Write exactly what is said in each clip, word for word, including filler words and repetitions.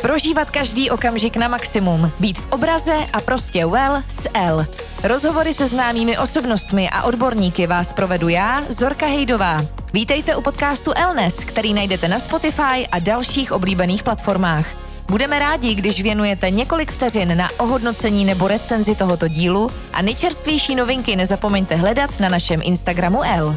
Prožívat každý okamžik na maximum, být v obraze a prostě well s L. Rozhovory se známými osobnostmi a odborníky vás provedu já, Zorka Hejdová. Vítejte u podcastu L-ness, který najdete na Spotify a dalších oblíbených platformách. Budeme rádi, když věnujete několik vteřin na ohodnocení nebo recenzi tohoto dílu a nejčerstvější novinky nezapomeňte hledat na našem Instagramu L.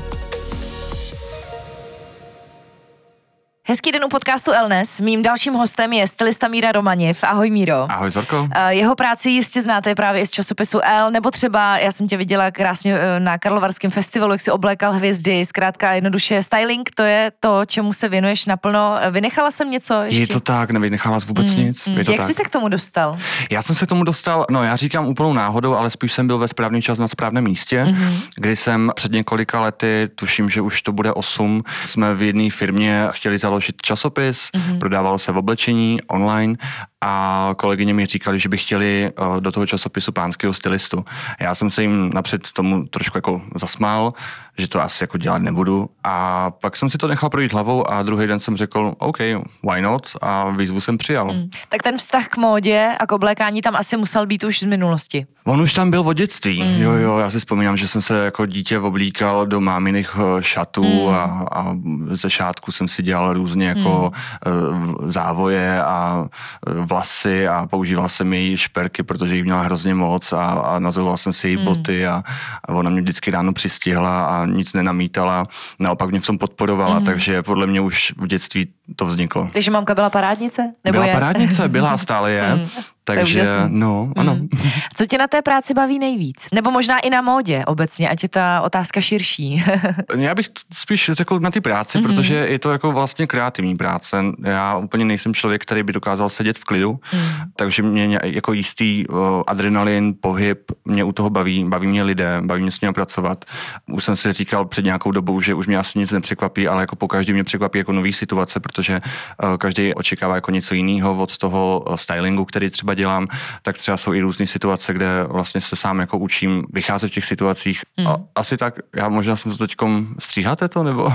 Hezký den u podcastu L-ness. Mým dalším hostem je stylista Míra Romaněv. Ahoj Míro. Ahoj Zorko. Jeho práci jistě znáte právě z časopisu L, nebo třeba já jsem tě viděla krásně na Karlovarském festivalu, jak si oblékal hvězdy, zkrátka jednoduše styling, to je to, čemu se věnuješ naplno. Vynechala jsem něco ještě? Je to tak, nevynechala jsi vůbec mm, nic. Mm. Je to jak tak. jsi se k tomu dostal? Já jsem se k tomu dostal, no já říkám úplnou náhodou, ale spíš jsem byl ve správný čas na správném místě, mm-hmm. kdy jsem před několika lety, tuším, že už to bude osm, jsme v jedné firmě chtěli založit časopis, mm-hmm. prodávalo se v oblečení online a kolegyně mi říkali, že by chtěli do toho časopisu pánského stylistu. Já jsem se jim napřed tomu trošku jako zasmál, že to asi jako dělat nebudu a pak jsem si to nechal projít hlavou a druhý den jsem řekl, OK, why not, a výzvu jsem přijal. Mm. Tak ten vztah k módě a k oblékání tam asi musel být už z minulosti. On už tam byl od dětství, mm. jo, jo, já si vzpomínám, že jsem se jako dítě oblíkal do máminých šatů mm. a, a ze šátku jsem si dělal různě jako mm. závoje a vlasy a používal jsem její šperky, protože jí měla hrozně moc a, a nazoval jsem si její mm. boty a, a ona mě vždycky ráno přistihla a nic nenamítala, naopak mě v tom podporovala, mm. takže podle mě už v dětství to vzniklo. Takže mamka byla parádnice? Nebo byla je? parádnice, byla a stále je. Mm. Takže, no, ano. Mm. Co tě na té práci baví nejvíc? Nebo možná i na módě obecně, ať je ta otázka širší. Já bych spíš řekl na ty práci, mm-hmm. protože je to jako vlastně kreativní práce. Já úplně nejsem člověk, který by dokázal sedět v klidu, mm. takže mě jako jistý uh, adrenalin, pohyb, mě u toho baví, baví mě lidé, baví mě s nimi pracovat. Už jsem si říkal před nějakou dobou, že už mě asi nic nepřekvapí, ale jako pokaždý mě překvapí jako nový situace, protože uh, každý očekává jako něco jiného od toho uh, stylingu, který třeba dělám, tak třeba jsou i různé situace, kde vlastně se sám jako učím vycházet v těch situacích. Mm. A asi tak, já možná jsem to teďkom, stříháte to, nebo?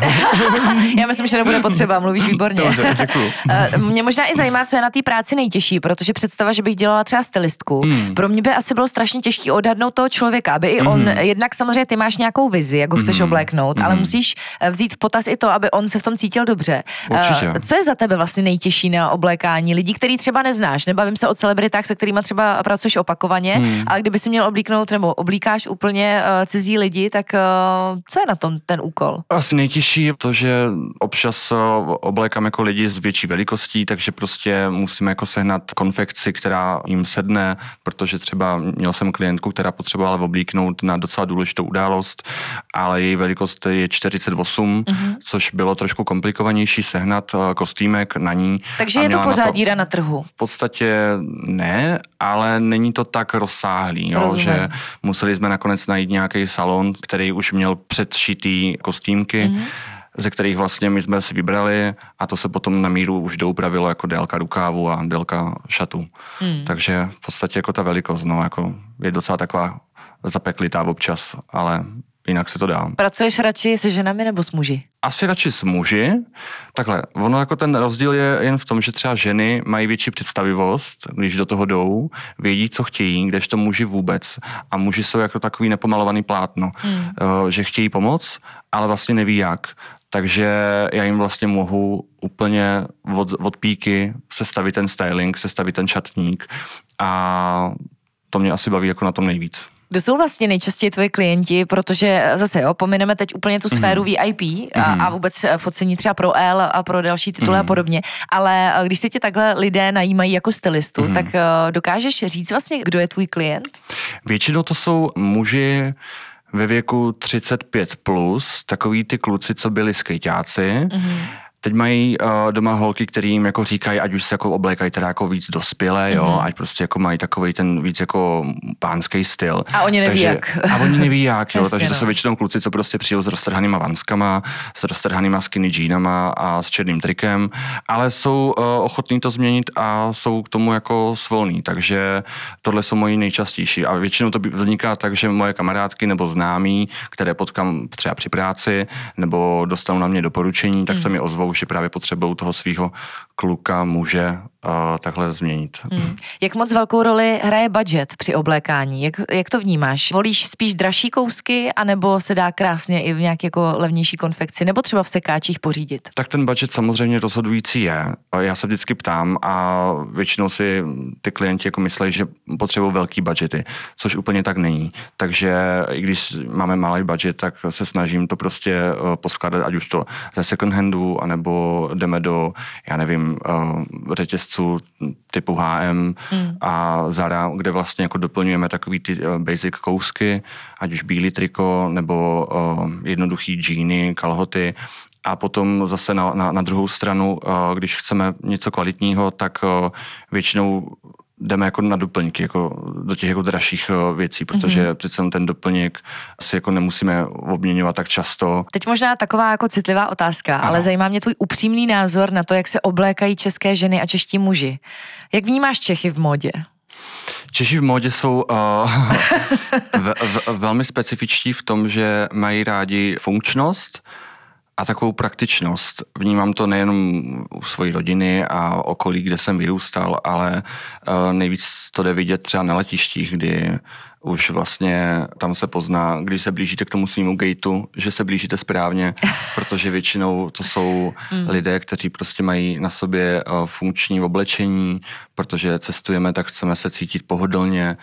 Já myslím, že nebude potřeba, mluvíš výborně. Dobře, děkuju. Mě možná i zajímá, co je na té práci nejtěžší, protože představa, že bych dělala třeba stylistku, mm. pro mě by asi bylo strašně těžké odhadnout toho člověka, aby i on, mm. jednak samozřejmě ty máš nějakou vizi, jak ho chceš mm. obléknout, mm. ale musíš vzít v potaz i to, aby on se v tom cítil dobře. Určitě. Co je za tebe vlastně nejtěžší na oblékání lidí, který třeba neznáš? Nebavím se o celebritách, se kterýma třeba pracuješ opakovaně, hmm. ale kdyby si měl oblíknout nebo oblíkáš úplně uh, cizí lidi, tak uh, co je na tom ten úkol? Asi nejtěžší je to, že občas uh, oblékám jako lidi s větší velikostí, takže prostě musíme jako sehnat konfekci, která jim sedne, protože třeba měl jsem klientku, která potřebovala oblíknout na docela důležitou událost, ale její velikost je čtyřicet osm, mm-hmm. což bylo trošku komplikovanější sehnat uh, kostýmek na ní. Takže je to pořád na to, díra na trhu? V podstatě ne, ale není to tak rozsáhlý, jo, že museli jsme nakonec najít nějaký salon, který už měl předšitý kostýmky, mm-hmm. ze kterých vlastně my jsme si vybrali a to se potom na míru už doupravilo jako délka rukávu a délka šatu. Mm. Takže v podstatě jako ta velikost, no, jako je docela taková zapeklitá občas, ale jinak se to dá. Pracuješ radši se ženami nebo s muži? Asi radši s muži. Takhle, ono jako ten rozdíl je jen v tom, že třeba ženy mají větší představivost, když do toho jdou, vědí, co chtějí, kdežto muži vůbec. A muži jsou jako takový nepomalovaný plátno, hmm. že chtějí pomoct, ale vlastně neví jak. Takže já jim vlastně mohu úplně od, od píky sestavit ten styling, sestavit ten šatník a to mě asi baví jako na tom nejvíc. Kdo jsou vlastně nejčastěji tvoji klienti, protože zase jo, pomineme teď úplně tu sféru mm. V I P a, a vůbec focení třeba pro L a pro další tituly mm. a podobně, ale když se tě takhle lidé najímají jako stylistu, mm. tak dokážeš říct vlastně, kdo je tvůj klient? Většinou to jsou muži ve věku třicet pět plus, takový ty kluci, co byli skejťáci, mm. Teď mají uh, doma holky, který jim jako říkají, ať už se jako oblékají teda jako víc dospělé, jo, mm-hmm. ať prostě jako mají takovej ten víc jako pánský styl. A oni neví takže, jak. A oni neví jak, jo, Jasně, takže to no. jsou většinou kluci, co prostě přijou s roztrhanýma vanskama, s roztrhanýma skinny jeanama a s černým trikem, ale jsou uh, ochotní to změnit a jsou k tomu jako svolní, takže tohle jsou moji nejčastější a většinou to vzniká tak, že moje kamarádky nebo známí, které potkám třeba při práci nebo dostanou na mě doporučení, tak mm. se mi ozvou, že právě potřebují toho svého kluka, muže uh, takhle změnit. Hmm. Jak moc velkou roli hraje budget při oblékání? Jak, jak to vnímáš? Volíš spíš dražší kousky, anebo se dá krásně i v nějaké jako levnější konfekci, nebo třeba v sekáčích pořídit? Tak ten budget samozřejmě rozhodující je. Já se vždycky ptám a většinou si ty klienti jako myslí, že potřebují velký budgety, což úplně tak není. Takže i když máme malý budget, tak se snažím to prostě poskládat, ať už to ze second handu, anebo jdeme do, já nevím, řetězců typu H and M mm. a Zara, kde vlastně jako doplňujeme takový ty basic kousky, ať už bílý triko, nebo jednoduchý džíny, kalhoty. A potom zase na, na, na druhou stranu, když chceme něco kvalitního, tak většinou jdeme jako na doplňky, jako do těch jako dražších věcí, protože mm-hmm. přece ten doplněk si jako nemusíme obměňovat tak často. Teď možná taková jako citlivá otázka, ano. ale zajímá mě tvůj upřímný názor na to, jak se oblékají české ženy a čeští muži. Jak vnímáš Čechy v módě? Češi v módě jsou uh, v, v, velmi specifičtí v tom, že mají rádi funkčnost a takovou praktičnost. Vnímám to nejenom u své rodiny a okolí, kde jsem vyrůstal, ale uh, nejvíc to jde vidět třeba na letištích, kdy už vlastně tam se pozná, když se blížíte k tomu svýmu gateu, že se blížíte správně, protože většinou to jsou mm. lidé, kteří prostě mají na sobě uh, funkční oblečení, protože cestujeme, tak chceme se cítit pohodlně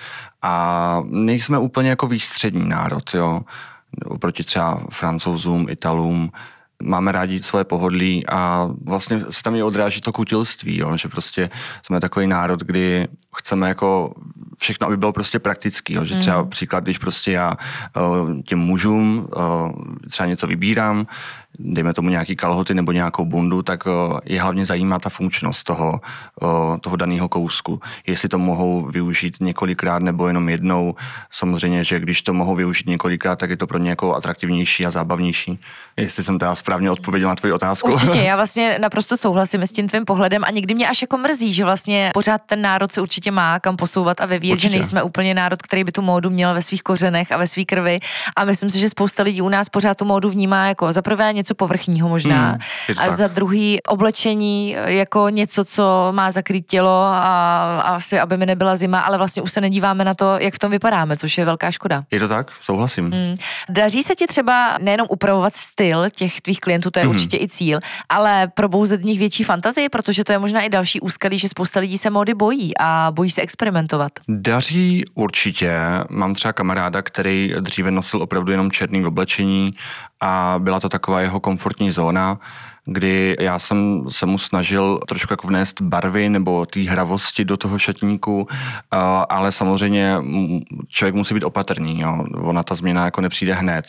a nejsme úplně jako výstřední národ, jo, oproti třeba Francouzům, Italům. Máme rádi svoje pohodlí a vlastně se tam i odráží to kutilství, jo? Že prostě jsme takový národ, kdy chceme jako všechno, aby bylo prostě praktický, jo? Že třeba mm. příklad, když prostě já uh, těm mužům uh, třeba něco vybírám, dejme tomu nějaký kalhoty nebo nějakou bundu, tak uh, je hlavně zajímá ta funkčnost toho, uh, toho daného kousku. Jestli to mohou využít několikrát nebo jenom jednou. Samozřejmě, že když to mohou využít několikrát, tak je to pro ně jako atraktivnější a zábavnější. Jestli jsem teda správně odpověděl na tvoji otázku. Určitě, já vlastně naprosto souhlasím s tím tvým pohledem a někdy mě až jako mrzí, že vlastně pořád ten národ se určitě má kam posouvat a vyvíjet, určitě. Že nejsme úplně národ, který by tu módu měl ve svých kořenech a ve své krvi a myslím si, že spousta lidí u nás pořád tu módu vnímá jako za prvé něco povrchního možná hmm, a za druhý oblečení jako něco, co má zakrýt tělo a, a asi, aby mi nebyla zima, ale vlastně už se nedíváme na to, jak v tom vypadáme, což je velká škoda. Je to tak? Souhlasím. Hmm. Daří se ti třeba nejenom upravovat styl těch tvých klientů, to je hmm. určitě i cíl, ale probouzet v nich větší fantazii, protože to je možná i další úskalí, že spousta lidí se módy bojí a bojí se experimentovat. Daří určitě. Mám třeba kamaráda, který dříve nosil opravdu jenom černý oblečení a byla to taková jeho komfortní zóna, kdy já jsem se mu snažil trošku jako vnést barvy nebo té hravosti do toho šatníku, ale samozřejmě člověk musí být opatrný, jo. Ona ta změna jako nepřijde hned.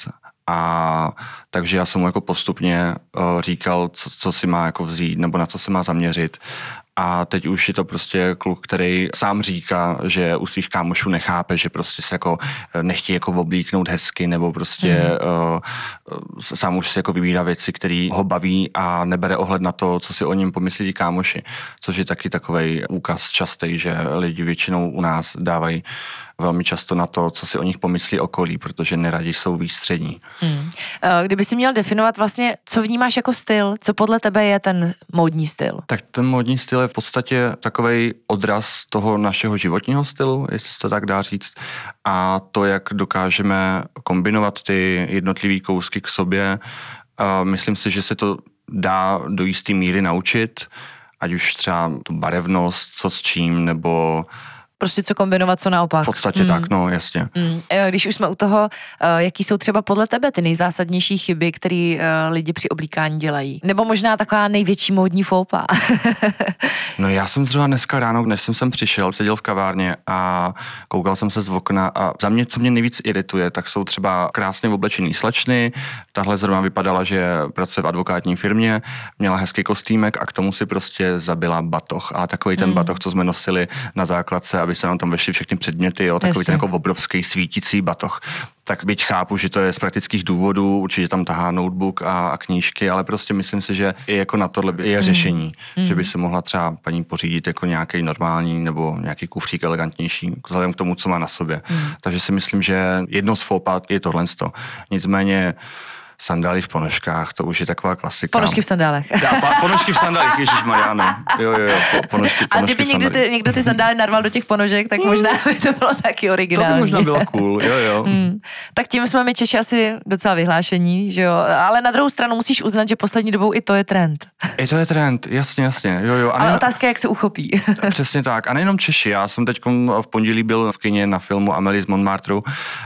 A takže já jsem mu jako postupně uh, říkal, co, co si má jako vzít nebo na co se má zaměřit. A teď už je to prostě kluk, který sám říká, že u svých kámošů nechápe, že prostě se jako nechtějí jako oblíknout hezky nebo prostě mm. uh, sám už si jako vybírá věci, které ho baví a nebere ohled na to, co si o něm pomyslí kámoši. Což je taky takovej úkaz častý, že lidi většinou u nás dávají velmi často na to, co si o nich pomyslí okolí, protože neradi jsou výstřední. Hmm. Kdyby si měl definovat vlastně, co vnímáš jako styl, co podle tebe je ten módní styl? Tak ten módní styl je v podstatě takovej odraz toho našeho životního stylu, jestli se to tak dá říct, a to, jak dokážeme kombinovat ty jednotlivé kousky k sobě. Myslím si, že se to dá do jisté míry naučit, ať už třeba tu barevnost, co s čím, nebo prostě co kombinovat, co naopak. V podstatě mm. tak, no jasně. Mm. Když už jsme u toho, jaký jsou třeba podle tebe ty nejzásadnější chyby, které lidi při oblíkání dělají? Nebo možná taková největší módní fópa? No já jsem zrovna dneska ráno, než jsem sem přišel, seděl v kavárně a koukal jsem se z okna a za mě, co mě nejvíc irituje, tak jsou třeba krásně oblečený slečny. Tahle zrovna vypadala, že pracuje v advokátní firmě, měla hezký kostýmek a k tomu si prostě zabila batoh. A takový ten mm. batoh, co jsme nosili na základce, aby se nám tam vešly všechny předměty, jo, takový ten jako obrovský svítící batoh. Tak byť chápu, že to je z praktických důvodů, určitě tam tahá notebook a, a knížky, ale prostě myslím si, že i jako na tohle je řešení, mm. že by se mohla třeba paní pořídit jako nějaký normální nebo nějaký kufřík elegantnější, vzhledem k tomu, co má na sobě. Mm. Takže si myslím, že jedno z fópat je tohle. Nicméně sandály v ponožkách, to už je taková klasika. Ponožky v sandálech. Ja, ponožky v sandálech, ježišmarja, ano. Jo, jo, jo, po, ponožky, A kdyby někdo ty, někdo ty sandály narval do těch ponožek, tak možná by to bylo taky originální. To by možná bylo cool, jo, jo. Hmm. Tak tím jsme my Češi asi docela vyhlášení, že jo. Ale na druhou stranu musíš uznat, že poslední dobou i to je trend. I to je trend, jasně, jasně. Jo, jo. A Ale ne... otázka je, jak se uchopí. Přesně tak. A nejenom Češi. Já jsem teď v pondělí byl v kině na filmu Amélie z Montmartru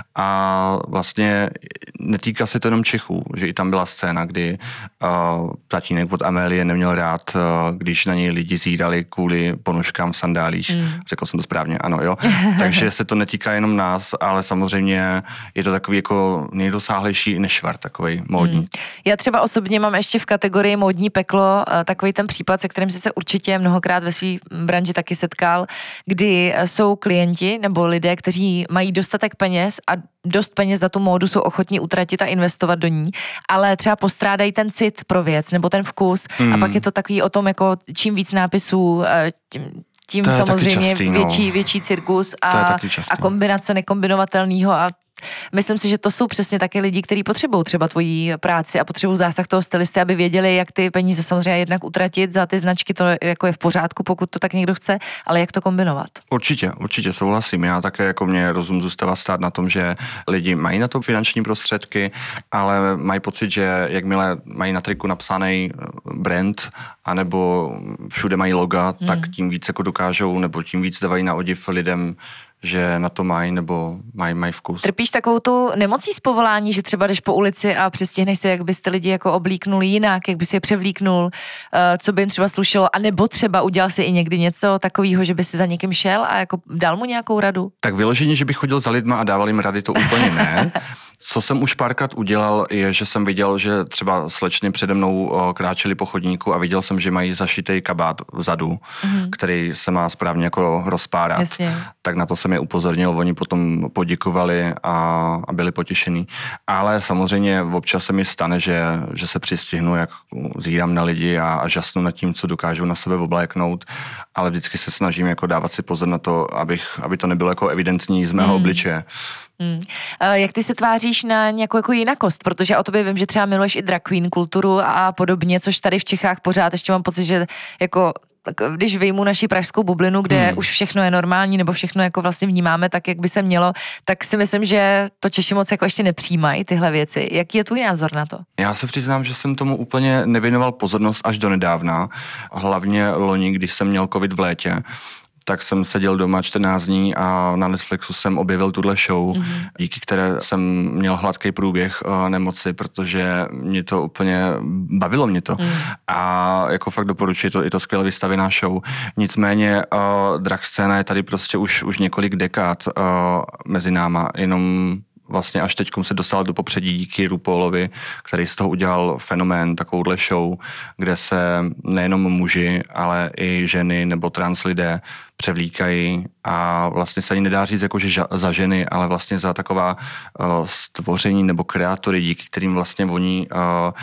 a vlastně netýká se to jenom Čechů, že i tam byla scéna, kdy uh, tatínek od Amélie neměl rád, uh, když na něj lidi zírali kvůli ponožkám v sandálích. Mm. Řekl jsem to správně, ano, jo. Takže se to netýká jenom nás, ale samozřejmě je to takový jako nejdosáhlejší nešvar, takovej módní. Mm. Já třeba osobně mám ještě v kategorii módní peklo takový ten případ, se kterým jsi se určitě mnohokrát ve své branži taky setkal, kdy jsou klienti nebo lidé, kteří mají dostatek peněz a dost peněz za tu módu jsou ochotní utratit a investovat do ní, ale třeba postrádají ten cit pro věc nebo ten vkus hmm. a pak je to takový o tom, jako čím víc nápisů, tím, tím samozřejmě častý, no. větší, větší cirkus a, a kombinace nekombinovatelného a myslím si, že to jsou přesně taky lidi, kteří potřebují třeba tvoji práci a potřebují zásah toho stylisty, aby věděli, jak ty peníze samozřejmě jednak utratit za ty značky, to jako je v pořádku, pokud to tak někdo chce, ale jak to kombinovat. Určitě, určitě souhlasím. Já také jako mě rozum zůstává stát na tom, že lidi mají na to finanční prostředky, ale mají pocit, že jakmile mají na triku napsaný brand, anebo všude mají loga, hmm. tak tím víc jako dokážou, nebo tím víc dávají na odiv lidem, že na to mají nebo mají, mají vkus. Trpíš takovou tu nemocí z povolání, že třeba jdeš po ulici a přestihneš se, jak byste lidi jako oblíknuli jinak, jak bys je převlíknul, co by jim třeba slušelo, a nebo třeba udělal si i někdy něco takového, že by si za někým šel a jako dal mu nějakou radu? Tak vyloženě, že bych chodil za lidma a dával jim rady, to úplně ne. Co jsem už párkrát udělal, je, že jsem viděl, že třeba slečny přede mnou kráčely po chodníku a viděl jsem, že mají zašitý kabát vzadu, mm-hmm. který se má správně jako rozpárat. Jasně. Tak na to jsem je upozornil, oni potom poděkovali a, a byli potěšení. Ale samozřejmě občas se mi stane, že, že se přistihnu, jak zírám na lidi a, a žasnu nad tím, co dokážou na sebe obléknout, ale vždycky se snažím jako dávat si pozor na to, abych, aby to nebylo jako evidentní z mého mm. obličeje. Hmm. Jak ty se tváříš na nějakou jako jinakost? Protože o tobě vím, že třeba miluješ i drag queen kulturu a podobně, což tady v Čechách pořád ještě mám pocit, že jako když vyjmu naši pražskou bublinu, kde hmm. už všechno je normální, nebo všechno jako vlastně vnímáme tak, jak by se mělo, tak si myslím, že to Češi moc jako ještě nepřijímají tyhle věci. Jaký je tvůj názor na to? Já se přiznám, že jsem tomu úplně nevěnoval pozornost až do nedávna. Hlavně loni, když jsem měl covid v létě, tak jsem seděl doma čtrnáct dní a na Netflixu jsem objevil tuhle show, mm-hmm. díky které jsem měl hladký průběh uh, nemoci, protože mě to úplně, bavilo mě to. Mm. A jako fakt doporučuji, to, je to skvěle vystavěná show. Nicméně uh, drag scéna je tady prostě už, už několik dekád uh, mezi náma, jenom vlastně až teďkom se dostal do popředí díky RuPaulovi, který z toho udělal fenomén, takovouhle show, kde se nejenom muži, ale i ženy nebo trans lidé převlíkají a vlastně se ani nedá říct jako, že za ženy, ale vlastně za taková uh, stvoření nebo kreatory, díky kterým vlastně oni uh,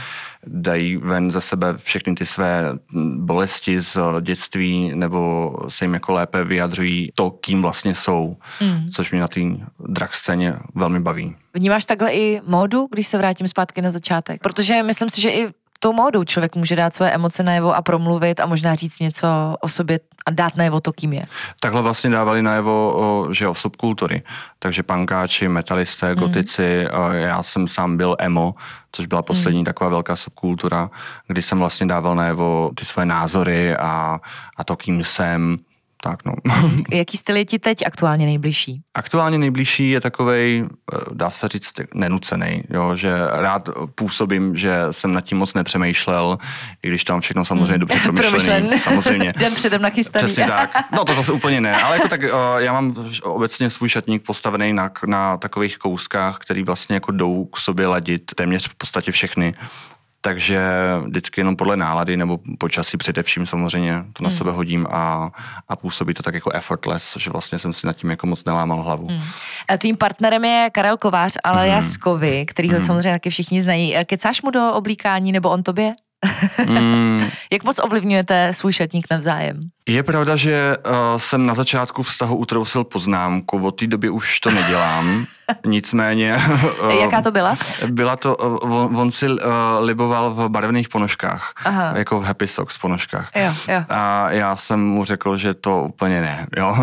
dají ven ze sebe všechny ty své bolesti z dětství nebo se jim jako lépe vyjadřují to, kým vlastně jsou, mm. což mě na té drag scéně velmi baví. Vnímáš takhle i módu, když se vrátím zpátky na začátek? Protože myslím si, že i tou módou člověk může dát své emoce najevo a promluvit a možná říct něco o sobě a dát najevo to, kým je. Takhle vlastně dávali najevo, o, že o subkultury. Takže punkáči, metalisté, mm. gotici, já jsem sám byl emo, což byla poslední mm. taková velká subkultura, kdy jsem vlastně dával najevo ty své názory a, a to, kým jsem. Tak no. Jaký styl je ti teď aktuálně nejbližší? Aktuálně nejbližší je takovej, dá se říct, nenucenej, jo, že rád působím, že jsem nad tím moc nepřemýšlel, i když tam všechno samozřejmě dobře promyšlený. Samozřejmě. Den předem nachystaný. Přesně tak. No to zase úplně ne, ale jako tak já mám obecně svůj šatník postavený na, na takových kouskách, který vlastně jako jdou k sobě ladit téměř v podstatě všechny. Takže vždycky jenom podle nálady nebo počasí především samozřejmě to na hmm. sebe hodím a, a působí to tak jako effortless, že vlastně jsem si nad tím jako moc nelámal hlavu. Hmm. A tvým partnerem je Karel Kovář, ale hmm. Jaskovi, kterýho hmm. samozřejmě taky všichni znají. Kecáš mu do oblíkání nebo on tobě? Mm. Jak moc ovlivňujete svůj šatník navzájem? Je pravda, že uh, jsem na začátku vztahu utrousil poznámku, od té doby už to nedělám, nicméně... Uh, Jaká to byla? Byla to, uh, on, on si uh, liboval v barevných ponožkách, Aha. jako v Happy Socks ponožkách. Jo, jo. A já jsem mu řekl, že to úplně ne, jo.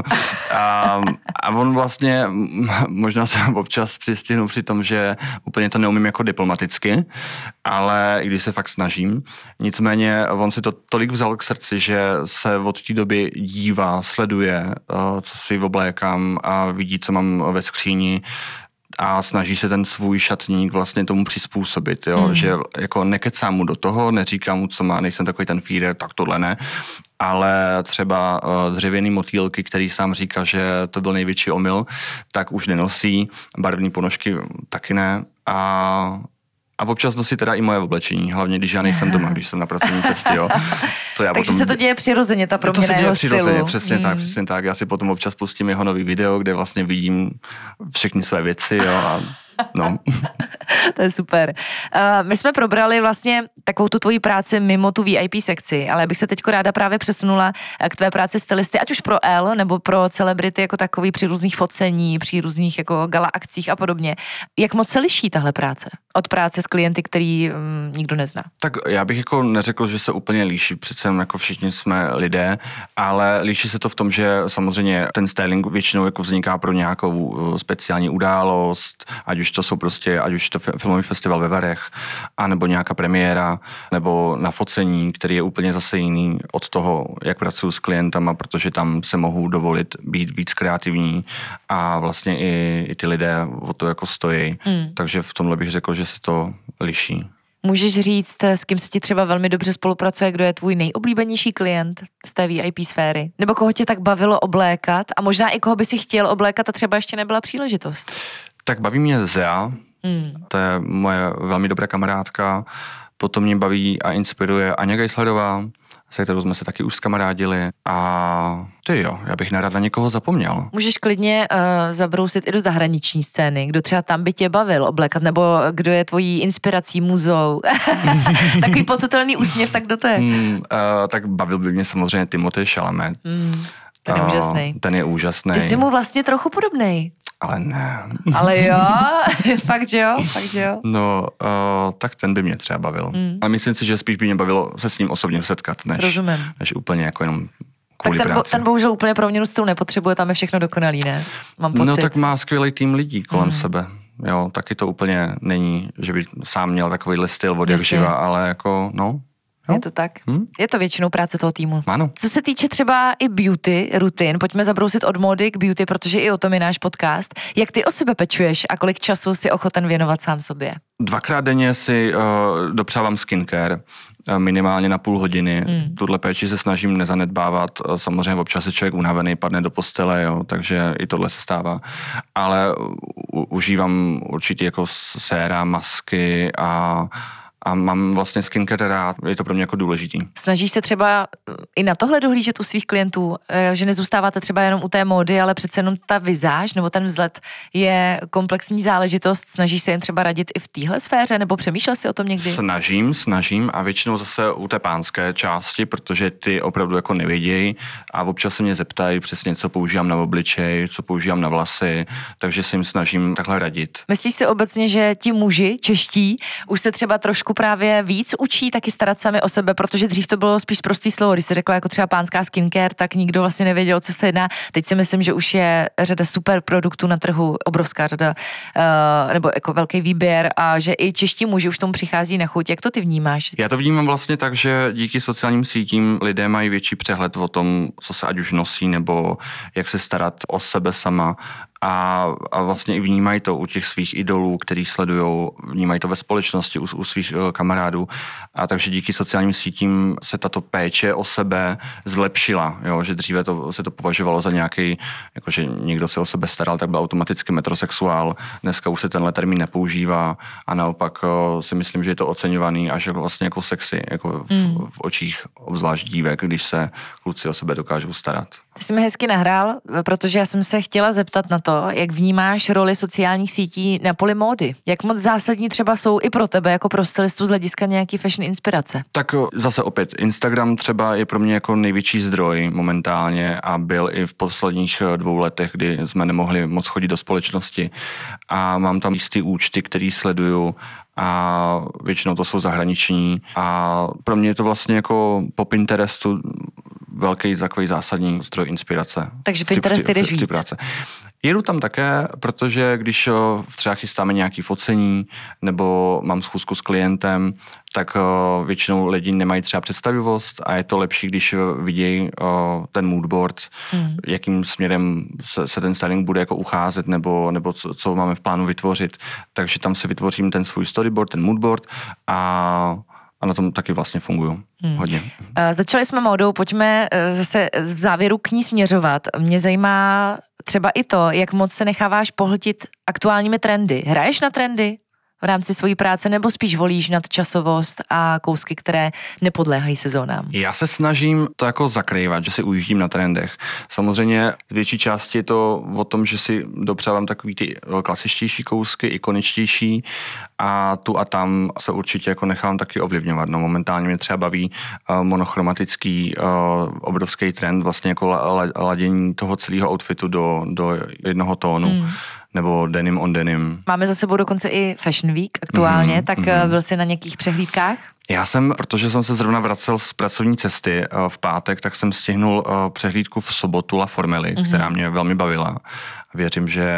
A, a on vlastně, možná se občas přistihnu při tom, že úplně to neumím jako diplomaticky, ale i když se fakt snažím. Nicméně on si to tolik vzal k srdci, že se od té doby dívá, sleduje, co si oblékám a vidí, co mám ve skříni a snaží se ten svůj šatník vlastně tomu přizpůsobit, jo? Mm. Že jako nekecám mu do toho, neříkám mu, co má, nejsem takový ten fírer, tak tohle ne, ale třeba uh, dřevěný motýlky, který sám říká, že to byl největší omyl, tak už nenosí, barevné ponožky taky ne a A občas nosí teda i moje oblečení, hlavně když já nejsem doma, když jsem na pracovní cestě, jo. To já Takže potom... se to děje přirozeně, ta proměna jeho jeho stylu. To se děje přirozeně, stylu. přesně hmm. tak, přesně tak. Já si potom občas pustím jeho nový video, kde vlastně vidím všechny své věci, jo, a no. To je super. Uh, my jsme probrali vlastně takovou tu tvoji práci mimo tu V I P sekci, ale já bych se teďko ráda právě přesunula k tvé práci stylisty, ať už pro Elle, nebo pro celebrity jako takový při různých focení, při různých jako gala akcích a podobně. Jak moc se liší tahle práce od práce s klienty, který um, nikdo nezná? Tak já bych jako neřekl, že se úplně líší, přece jako všichni jsme lidé, ale líší se to v tom, že samozřejmě ten styling většinou jako vzniká pro nějakou speciální událost, ať už to jsou prostě, ať už to filmový festival ve Varech, anebo nějaká premiéra, nebo na focení, který je úplně zase jiný od toho, jak pracuji s klientama, protože tam se mohu dovolit být víc kreativní a vlastně i, i ty lidé o to jako stojí. Hmm. Takže v tomhle bych řekl, že se to liší. Můžeš říct, s kým se ti třeba velmi dobře spolupracuje, kdo je tvůj nejoblíbenější klient z té V I P sféry? Nebo koho tě tak bavilo oblékat a možná i koho by si chtěl oblékat a třeba ještě nebyla příležitost? Tak baví mě Zea, hmm. to je moje velmi dobrá kamarádka, potom mě baví a inspiruje Aňa Geislerová, se kterou jsme se taky už zkamarádili a ty jo, já bych nerad na někoho zapomněl. Můžeš klidně uh, zabrousit i do zahraniční scény, kdo třeba tam by tě bavil oblékat, nebo kdo je tvojí inspirací, muzou. Takový potutelný úsměv, tak kdo to je? Hmm, uh, tak bavil by mě samozřejmě Timothée Chalamet. Hmm. Ten je uh, úžasný. Ten je úžasný. Ty jsi mu vlastně trochu podobnej. Ale ne. Ale jo, fakt že jo, fakt že jo. No, uh, tak ten by mě třeba bavil. Mm. Ale myslím si, že spíš by mě bavilo se s ním osobně setkat, než, Rozumím. než úplně jako jenom kvůli tak ten, práci. ten bohužel úplně proměnu stylu nepotřebuje, tam je všechno dokonalý, ne? Mám pocit. No tak má skvělý tým lidí kolem mm. sebe. Jo, taky to úplně není, že by sám měl takovýhle styl od jak živa, ale jako, no. Jo? Je to tak? Hmm? Je to většinou práce toho týmu. Ano. Co se týče třeba i beauty, rutin, pojďme zabrousit od módy k beauty, protože i o tom je náš podcast. Jak ty o sebe pečuješ a kolik času si ochoten věnovat sám sobě? Dvakrát denně si uh, dopřávám skincare, uh, minimálně na půl hodiny. Hmm. Tuhle péči se snažím nezanedbávat. Uh, samozřejmě občas je člověk unavený, padne do postele, jo, takže i tohle se stává. Ale u, užívám určitě jako séra, masky a A mám vlastně skincare rád, je to pro mě jako důležitý. Snažíš se třeba i na tohle dohlížet u svých klientů, že nezůstáváte třeba jenom u té módy, ale přece jenom ta vizáž nebo ten vzhled je komplexní záležitost. Snažíš se jim třeba radit i v téhle sféře, nebo přemýšlel jsi o tom někdy? Snažím, snažím a většinou zase u té pánské části, protože ty opravdu jako nevědějí a občas se mě zeptají přesně, co používám na obličej, co používám na vlasy, takže se jim snažím takhle radit. Myslíš si obecně, že ti muži čeští už se třeba trošku právě víc učí taky starat sami o sebe, protože dřív to bylo spíš prostý slovo, když se řekla jako třeba pánská skincare, tak nikdo vlastně nevěděl, co se jedná. Teď si myslím, že už je řada super produktů na trhu, obrovská řada, uh, nebo jako velký výběr a že i čeští muži už tomu přichází na chuť. Jak to ty vnímáš? Já to vnímám vlastně tak, že díky sociálním sítím lidé mají větší přehled o tom, co se ať už nosí, nebo jak se starat o sebe sama. A, a vlastně i vnímají to u těch svých idolů, který sledujou, vnímají to ve společnosti, u, u svých uh, kamarádů. A takže díky sociálním sítím se tato péče o sebe zlepšila. Jo? Že dříve to, se to považovalo za nějaký, jakože někdo se o sebe staral, tak byl automaticky metrosexuál. Dneska už se tenhle termín nepoužívá a naopak uh, si myslím, že je to oceňovaný až vlastně jako sexy, jako v, mm. v očích obzvlášť dívek, když se kluci o sebe dokážou starat. Ty jsi mi hezky nahrál, protože já jsem se chtěla zeptat na to, to, jak vnímáš roli sociálních sítí na poli módy. Jak moc zásadní třeba jsou i pro tebe jako pro stylistu z hlediska nějaký fashion inspirace? Tak zase opět, Instagram třeba je pro mě jako největší zdroj momentálně a byl i v posledních dvou letech, kdy jsme nemohli moc chodit do společnosti a mám tam jistý účty, který sleduju a většinou to jsou zahraniční a pro mě je to vlastně jako po Pinterestu velký takový zásadní zdroj inspirace. Takže Pinterest jdeš víc. Jedu tam také, protože když třeba chystáme nějaké focení nebo mám schůzku s klientem, tak většinou lidi nemají třeba představivost a je to lepší, když vidějí ten moodboard, hmm. jakým směrem se, se ten styling bude jako ucházet nebo, nebo co, co máme v plánu vytvořit. Takže tam si vytvořím ten svůj storyboard, ten moodboard a A na tom taky vlastně fungují hmm. hodně. Začali jsme módou, pojďme zase v závěru k ní směřovat. Mě zajímá třeba i to, jak moc se necháváš pohltit aktuálními trendy. Hraješ na trendy v rámci svojí práce nebo spíš volíš nadčasovost a kousky, které nepodléhají sezónám? Já se snažím to jako zakrývat, že si ujíždím na trendech. Samozřejmě z větší části je to o tom, že si dopřávám takový ty klasičtější kousky, ikoničtější a tu a tam se určitě jako nechám taky ovlivňovat. No momentálně mě třeba baví uh, monochromatický uh, obrovský trend, vlastně jako la, la, ladění toho celého outfitu do, do jednoho tónu. Hmm. Nebo denim on denim. Máme za sebou dokonce i Fashion Week aktuálně, mm-hmm, tak mm-hmm. byl jsi na nějakých přehlídkách? Já jsem, protože jsem se zrovna vracel z pracovní cesty v pátek, tak jsem stihnul přehlídku v sobotu La Formely, mm-hmm. která mě velmi bavila. Věřím, že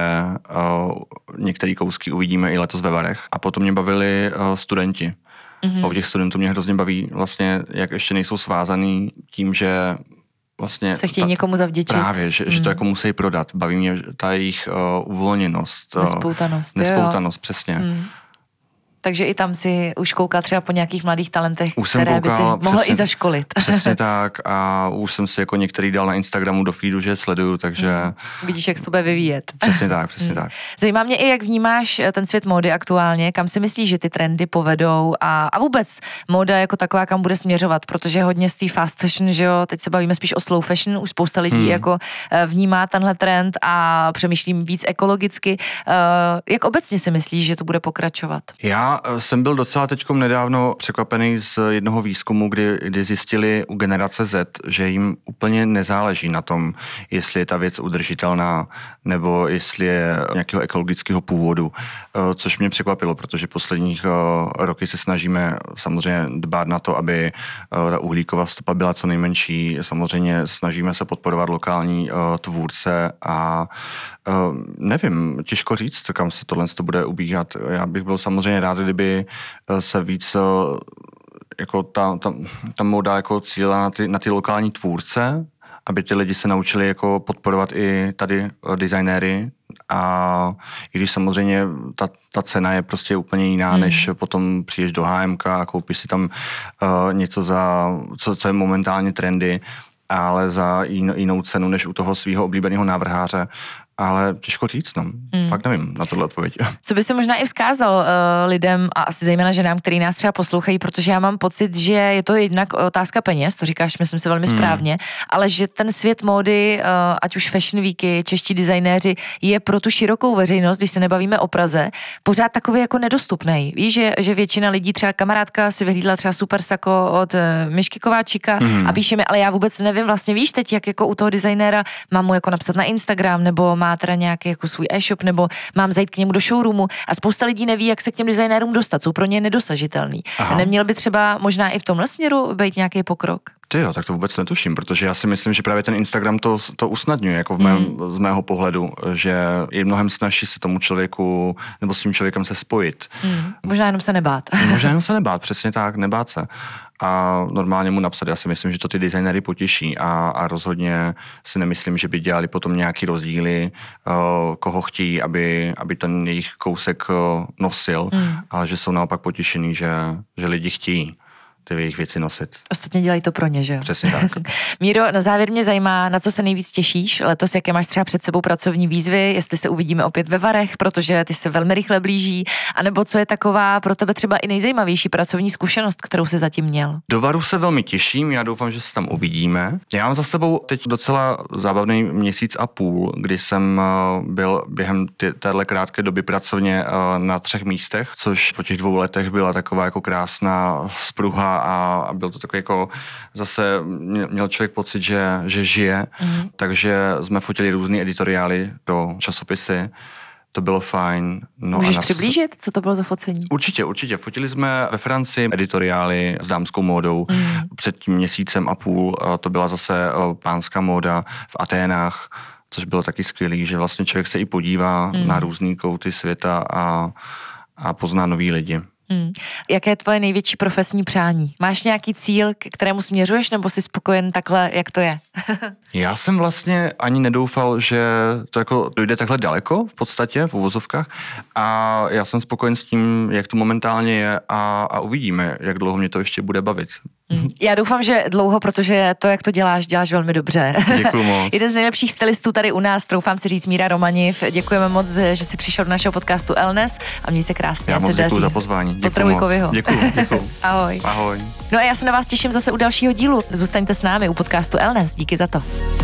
některé kousky uvidíme i letos ve Varech. A potom mě bavili studenti. Mm-hmm. A u těch studentů mě hrozně baví vlastně, jak ještě nejsou svázaný tím, že vlastně se chtějí ta, někomu zavděčit. Právě, že, mm. že to jako musí prodat. Baví mě ta jejich uh, uvolněnost. Nespoutanost. Nespoutanost, přesně. Mm. Takže i tam si už koukal třeba po nějakých mladých talentech, už které by si mohl i zaškolit. Přesně tak a už jsem si jako některý dal na Instagramu do feedu, že je sleduju, takže... Mm. Vidíš, jak se to bude vyvíjet. Přesně tak, přesně mm. tak. Zajímá mě i, jak vnímáš ten svět módy aktuálně, kam si myslíš, že ty trendy povedou a, a vůbec móda jako taková, kam bude směřovat, protože hodně z té fast fashion, že jo, teď se bavíme spíš o slow fashion, už spousta lidí mm. jako vnímá tenhle trend a přemýšlím víc ekologicky. Jak obecně si myslíš, že to bude pokračovat? Já jsem byl docela teďkom nedávno překvapený z jednoho výzkumu, kdy, kdy zjistili u generace Z, že jim úplně nezáleží na tom, jestli je ta věc udržitelná nebo jestli je nějakého ekologického původu, což mě překvapilo, protože posledních roky se snažíme samozřejmě dbát na to, aby ta uhlíková stopa byla co nejmenší. Samozřejmě snažíme se podporovat lokální tvůrce a nevím, těžko říct, kam se tohle bude ubíhat. Já bych byl samozřejmě rád, kdyby se víc jako ta, ta, ta móda jako cílila na ty, na ty lokální tvůrce, aby ty lidi se naučili jako podporovat i tady designéry a i když samozřejmě ta, ta cena je prostě úplně jiná, hmm. než potom přijdeš do H M K a koupíš si tam uh, něco, za, co, co je momentálně trendy, ale za jinou cenu než u toho svého oblíbeného návrháře. Ale těžko říct, no. Hmm. Fakt nevím na tohle odpověď. Co by si možná i vzkázal uh, lidem a asi zejména ženám, který nás třeba poslouchají, protože já mám pocit, že je to jednak otázka peněz, to říkáš, myslím si velmi hmm. správně, ale že ten svět módy, uh, ať už fashion weeky, čeští designéři, je pro tu širokou veřejnost, když se nebavíme o Praze, pořád takový jako nedostupný. Víš, že, že většina lidí, třeba kamarádka si vyhlídla třeba super sako od uh, Myšky Kováčika hmm. a píše mi, ale já vůbec nevím, vlastně víš teď, jak jako u toho designéra mám mu jako napsat na Instagram, nebo má teda nějaký jako svůj e-shop, nebo mám zajít k němu do showroomu a spousta lidí neví, jak se k těm designérům dostat, jsou pro ně nedosažitelný. Aha. Neměl by třeba možná i v tomhle směru být nějaký pokrok? Ty jo, tak to vůbec netuším, protože já si myslím, že právě ten Instagram to, to usnadňuje, jako v mém, mm. z mého pohledu, že je mnohem snazší se tomu člověku, nebo s tím člověkem se spojit. Mm. Možná jenom se nebát. Možná jenom se nebát, přesně tak, nebát se. A normálně mu napsat, já si myslím, že to ty designéry potěší a, a rozhodně si nemyslím, že by dělali potom nějaký rozdíly, uh, koho chtějí, aby, aby ten jejich kousek uh, nosil, mm. ale že jsou naopak potěšený, že, že lidi chtějí ty jejich věci nosit. Ostatně dělají to pro ně, že jo? Přesně tak. Míro, na závěr mě zajímá, na co se nejvíc těšíš letos, jaké máš třeba před sebou pracovní výzvy, jestli se uvidíme opět ve Varech, protože ty se velmi rychle blíží, anebo co je taková pro tebe třeba i nejzajímavější pracovní zkušenost, kterou jsi zatím měl? Do Varu se velmi těším, já doufám, že se tam uvidíme. Já mám za sebou teď docela zábavný měsíc a půl, kdy jsem byl během téhle krátké doby pracovně na třech místech, což po těch dvou letech byla taková jako krásná spruha a byl to takový jako zase měl člověk pocit, že, že žije, mm. takže jsme fotili různý editoriály do časopisy. To bylo fajn. No Můžeš a přiblížit, co to bylo za focení? Určitě, určitě. Fotili jsme ve Francii editoriály s dámskou módou. Mm. Před tím měsícem a půl to byla zase pánská móda v Aténách, což bylo taky skvělý, že vlastně člověk se i podívá mm. na různý kouty světa a, a pozná nový lidi. Hmm. Jaké je tvoje největší profesní přání? Máš nějaký cíl, k kterému směřuješ, nebo jsi spokojen takhle, jak to je? Já jsem vlastně ani nedoufal, že to jako dojde takhle daleko v podstatě, v uvozovkách, a já jsem spokojen s tím, jak to momentálně je a, a uvidíme, jak dlouho mě to ještě bude bavit. Hmm. Já doufám, že dlouho, protože to, jak to děláš, děláš velmi dobře. Děkuju moc. Jeden z nejlepších stylistů tady u nás, troufám si říct, Míra Romaniv. Děkujeme moc, že jsi přišel do našeho podcastu Elnes a měj se krásně. Já moc děkuju za pozvání. Pozdravuj Kovyho. Děkuju, děkuju. Ahoj. Ahoj. No a já se na vás těším zase u dalšího dílu. Zůstaňte s námi u podcastu Elnes. Díky za to.